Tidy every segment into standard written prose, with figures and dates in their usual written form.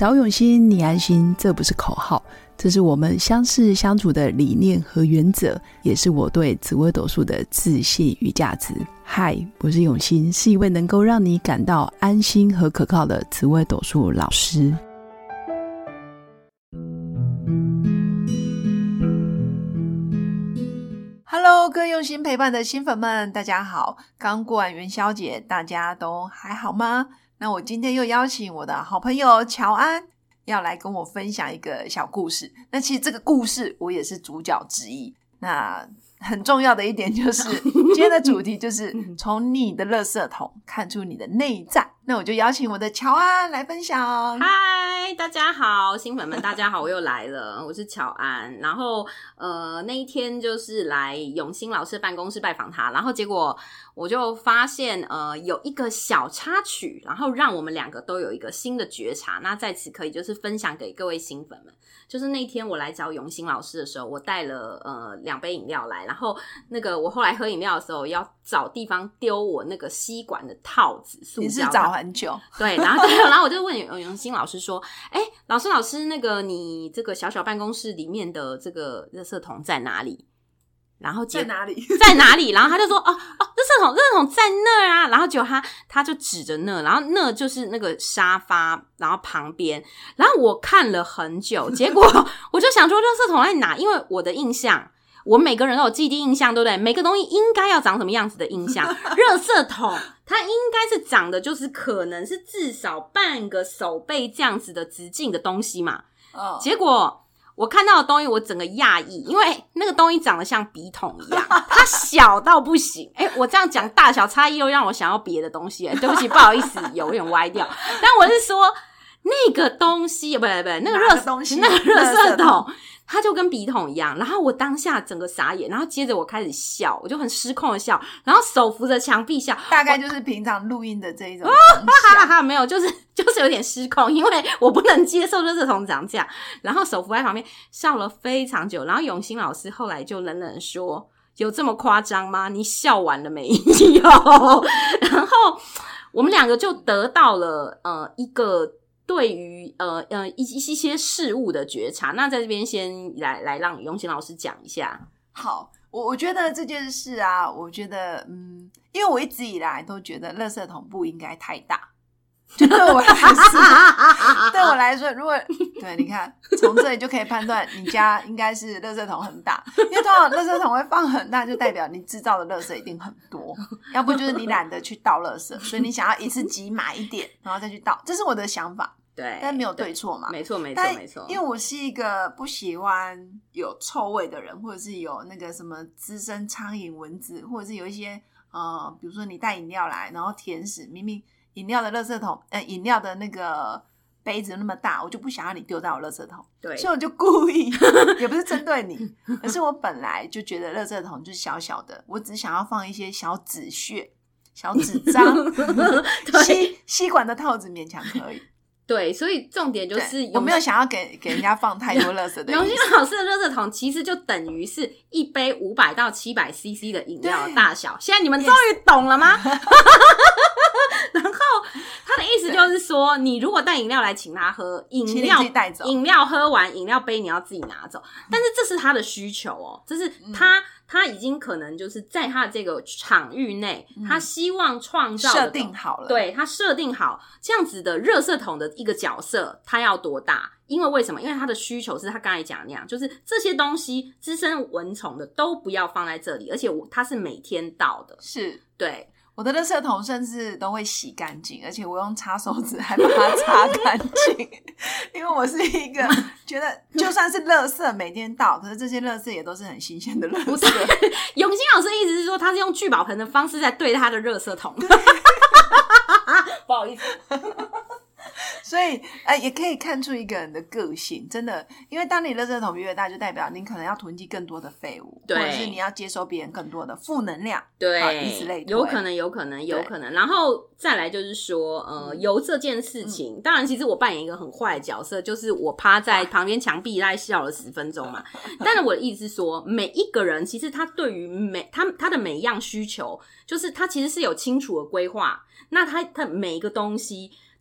找永新，你安心，这不是口号，这是我们相识相处的理念和原则，也是我对紫微斗数的自信与价值。嗨，我是永新，是一位能够让你感到安心和可靠的紫微斗数老师。Hello， 各位用心陪伴的新粉们，大家好！刚过完元宵节，大家都还好吗？那我今天又邀请我的好朋友乔安，要来跟我分享一个小故事。那其实这个故事我也是主角之一。那很重要的一点就是今天的主题就是从你的垃圾桶看出你的内在。那我就邀请我的乔安来分享。 嗨，大家好，新粉们大家好，我又来了，我是乔安。然后那一天就是来永新老师的办公室拜访他，然后结果我就发现有一个小插曲，然后让我们两个都有一个新的觉察。那在此可以就是分享给各位新粉们，就是那天我来找永新老师的时候，我带了2杯饮料来，然后那个我后来喝饮料的时候要找地方丢我那个吸管的套子，塑胶套。你是找很久？ 对，然后我就问永新老师说，老师，那个你这个小小办公室里面的这个垃圾桶在哪里？然后在哪里？ 在哪里？然后他就说垃圾桶在那啊。然后结果他就指着那，然后那就是那个沙发，然后旁边。然后我看了很久，结果我就想说垃圾桶在哪？因为我的印象，我们每个人都有既定印象，对不对？每个东西应该要长什么样子的印象？垃圾桶它应该是长的就是可能是至少半个手背这样子的直径的东西嘛。结果我看到的东西我整个讶异，因为那个东西长得像笔筒一样，它小到不行。我这样讲大小差异又让我想要别的东西，对不起，不好意思，有点歪掉。但我是说那个东西不，那个垃圾桶它就跟笔筒一样。然后我当下整个傻眼，然后接着我开始笑，我就很失控的笑，然后手扶着墙壁笑， 大概就是平常录音的这一种没有，就是有点失控，因为我不能接受垃圾桶长这样，然后手扶在旁边笑了非常久。然后永新老师后来就冷冷说，有这么夸张吗？你笑完了没有？然后我们两个就得到了一个对于一些事物的觉察。那在这边先来让永新老师讲一下。 好，我觉得这件事啊，我觉得因为我一直以来都觉得垃圾桶不应该太大，就对我来说如果对，你看从这里就可以判断你家应该是垃圾桶很大，因为通常垃圾桶会放很大，就代表你制造的垃圾一定很多，要不就是你懒得去倒垃圾，所以你想要一次挤买一点然后再去倒，这是我的想法。 对， 但没有对错嘛。 没错。 因为我是一个不喜欢有臭味的人，或者是有那个什么滋生苍蝇蚊子，或者是有一些比如说你带饮料来，然后甜食明明饮料的垃圾桶饮料的那个杯子那么大，我就不想要你丢到我垃圾桶。对，所以我就故意也不是针对你，可是我本来就觉得垃圾桶就是小小的，我只想要放一些小纸屑、小纸张吸管的套子勉强可以。 对，所以重点就是我没有想要给人家放太多垃圾的意思。 永新老师的垃圾桶其实就等于是一杯500到700 CC 的饮料的大小。现在你们终于懂了吗？然后他的意思就是说，你如果带饮料来请他喝，饮料喝完，饮料杯你要自己拿走。但是这是他的需求这是他已经可能就是在他的这个场域内，他希望创造设定好了， 对，他设定好这样子的垃圾桶的一个角色，他要多大？因为什么？因为他的需求是他刚才讲的那样，就是这些东西滋生蚊虫的都不要放在这里，而且他是每天倒的， 是对。 我的垃圾桶甚至都会洗干净，而且我用擦手纸还把它擦干净因为我是一个觉得就算是垃圾每天倒，可是这些垃圾也都是很新鲜的垃圾。 永新老师的意思是说，他是用聚宝盆的方式在对他的垃圾桶不好意思所以也可以看出一个人的个性，真的，因为当你垃圾桶越大，就代表你可能要囤积更多的废物，或者是你要接收别人更多的负能量， 对， 以此类推， 有可能。然后再来就是说由这件事情当然其实我扮演一个很坏的角色，就是我趴在旁边墙壁大概笑了10分钟嘛但是我的意思是说，每一个人其实他对于他的每一样需求，就是他其实是有清楚的规划，那他每一个东西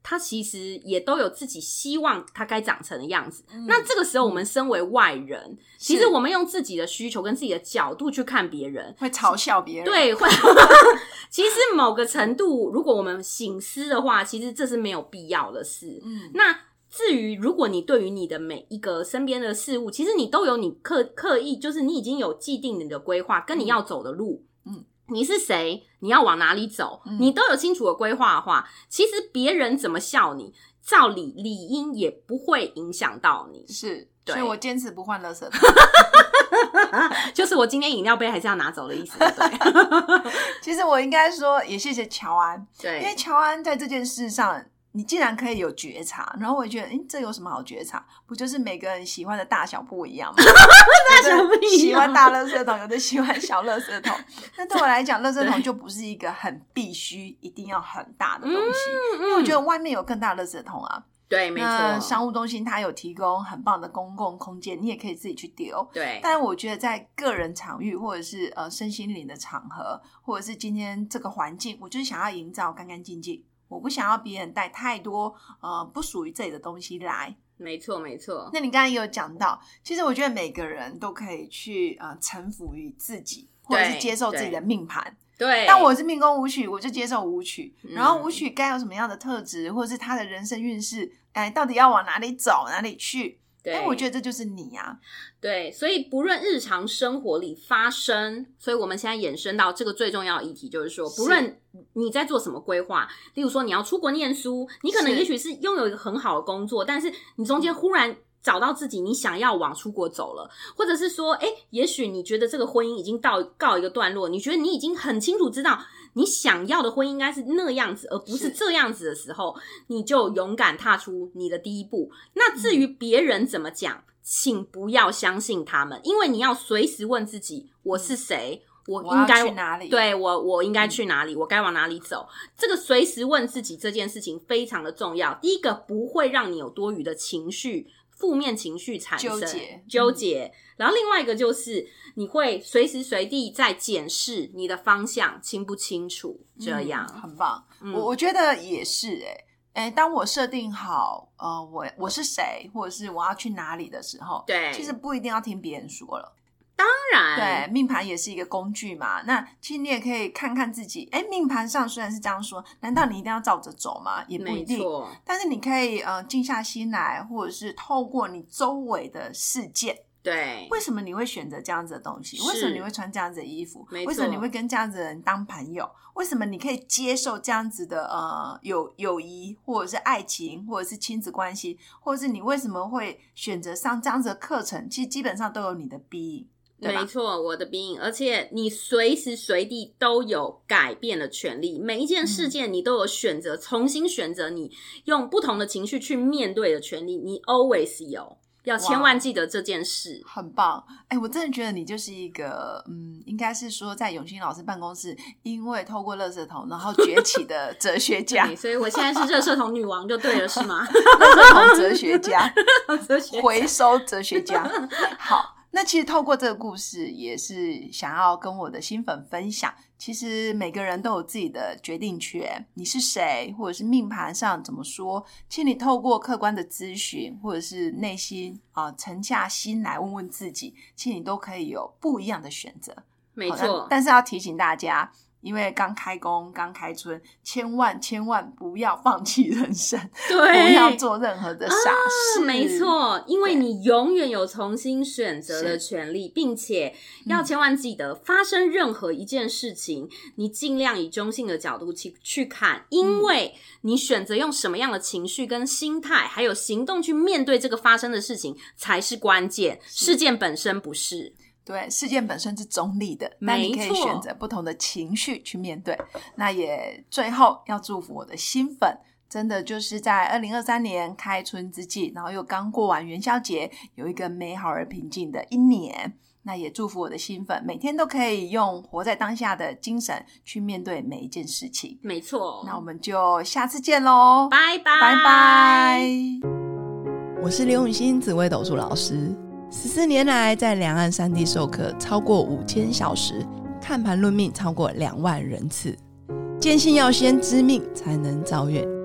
他其实也都有自己希望他该长成的样子。那这个时候我们身为外人，其实我们用自己的需求跟自己的角度去看别人， 会嘲笑别人， 对，会其实某个程度如果我们省思的话，其实这是没有必要的事。那至于如果你对于你的每一个身边的事物，其实你都有你刻意，就是你已经有既定你的规划跟你要走的路，你是谁，你要往哪里走，你都有清楚的规划的话，其实别人怎么笑你，照理应也不会影响到你。 是，所以我坚持不换垃圾桶。 就是我今天饮料杯还是要拿走的意思，对。 其实我应该说也谢谢乔安， 对， 因为乔安在这件事上，你既然可以有觉察，然后我也觉得，这有什么好觉察？不就是每个人喜欢的大小不一样吗？ 大小不一样， 喜欢大垃圾桶，有的喜欢小垃圾桶。那对我来讲，垃圾桶就不是一个很必须、一定要很大的东西，因为我觉得外面有更大的垃圾桶啊。 对，没错。 商务中心它有提供很棒的公共空间，你也可以自己去丢。 对， 但我觉得在个人场域，或者是身心灵的场合，或者是今天这个环境，我就是想要营造干干净净。我不想要别人带太多不属于这里的东西来。 没错没错。 那你刚才也有讲到，其实我觉得每个人都可以去臣服于自己，或者是接受自己的命盘。 对， 但我是命宫武曲，我就接受武曲。然后武曲该有什么样的特质，或者是他的人生运势，到底要往哪里走，哪里去？对，我觉得这就是你啊。 对，所以不论日常生活里发生，所以我们现在衍生到这个最重要的议题，就是说，不论你在做什么规划，例如说你要出国念书，你可能也许是拥有一个很好的工作，但是你中间忽然找到自己你想要往出国走了，或者是说也许你觉得这个婚姻已经告一个段落，你觉得你已经很清楚知道你想要的婚姻应该是那样子而不是这样子的时候，你就勇敢踏出你的第一步。那至于别人怎么讲，请不要相信他们，因为你要随时问自己，我是谁，我应该要去哪里？ 对，我应该去哪里？我该往哪里走？这个随时问自己这件事情非常的重要。第一个，不会让你有多余的情绪、负面情绪产生纠结。然后另外一个就是你会随时随地在检视你的方向清不清楚，这样很棒。我觉得也是当我设定好我是谁，或者是我要去哪里的时候， 对， 其实不一定要听别人说了。 当然， 对，命盘也是一个工具嘛。那其实你也可以看看自己，命盘上虽然是这样说，难道你一定要照着走吗？也不一定。但是你可以静下心来，或者是透过你周围的事件。 对， 为什么你会选择这样子的东西？为什么你会穿这样子的衣服？为什么你会跟这样子的人当朋友？为什么你可以接受这样子的友谊，或者是爱情，或者是亲子关系，或者是你为什么会选择上这样子的课程？其实基本上都有你的必应。 没错，我的鼻影，而且你随时随地都有改变的权利，每一件事件你都有选择，重新选择你用不同的情绪去面对的权利，你 always 有，要千万记得这件事。 很棒。我真的觉得你就是一个应该是说在永新老师办公室因为透过垃圾桶然后崛起的哲学家所以我现在是垃圾桶女王就对了，是吗？ 垃圾桶哲学家回收哲学家。好，那其实透过这个故事也是想要跟我的新粉分享，其实每个人都有自己的决定权，你是谁，或者是命盘上怎么说，其实你透过客观的咨询或者是内心沉下心来问问自己，其实你都可以有不一样的选择。 没错， 但是要提醒大家，因为刚开工刚开春，千万不要放弃人生， 对， 不要做任何的傻事。 没错，因为你永远有重新选择的权利，并且要千万记得，发生任何一件事情你尽量以中性的角度去看，因为你选择用什么样的情绪跟心态还有行动去面对这个发生的事情才是关键，事件本身不是。 对，事件本身是中立的，但你可以选择不同的情绪去面对。那也最后要祝福我的新粉，真的就是在2023年开春之际，然后又刚过完元宵节，有一个美好而平静的一年。那也祝福我的新粉每天都可以用活在当下的精神去面对每一件事情。 没错， 那我们就下次见咯， 拜拜拜拜。我是刘永新紫微斗数老师，14年来在两岸3地授课超过5000小时，看盘论命超过2万人次，坚信要先知命才能造运，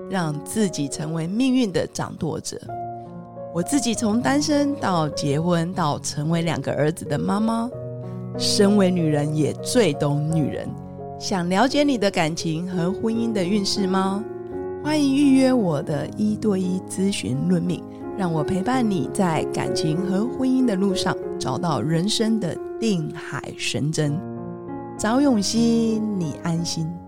让自己成为命运的掌舵者。我自己从单身到结婚到成为2个儿子的妈妈，身为女人也最懂女人。想了解你的感情和婚姻的运势吗？欢迎预约我的1对1咨询论命，让我陪伴你在感情和婚姻的路上找到人生的定海神针。找永熙，你安心。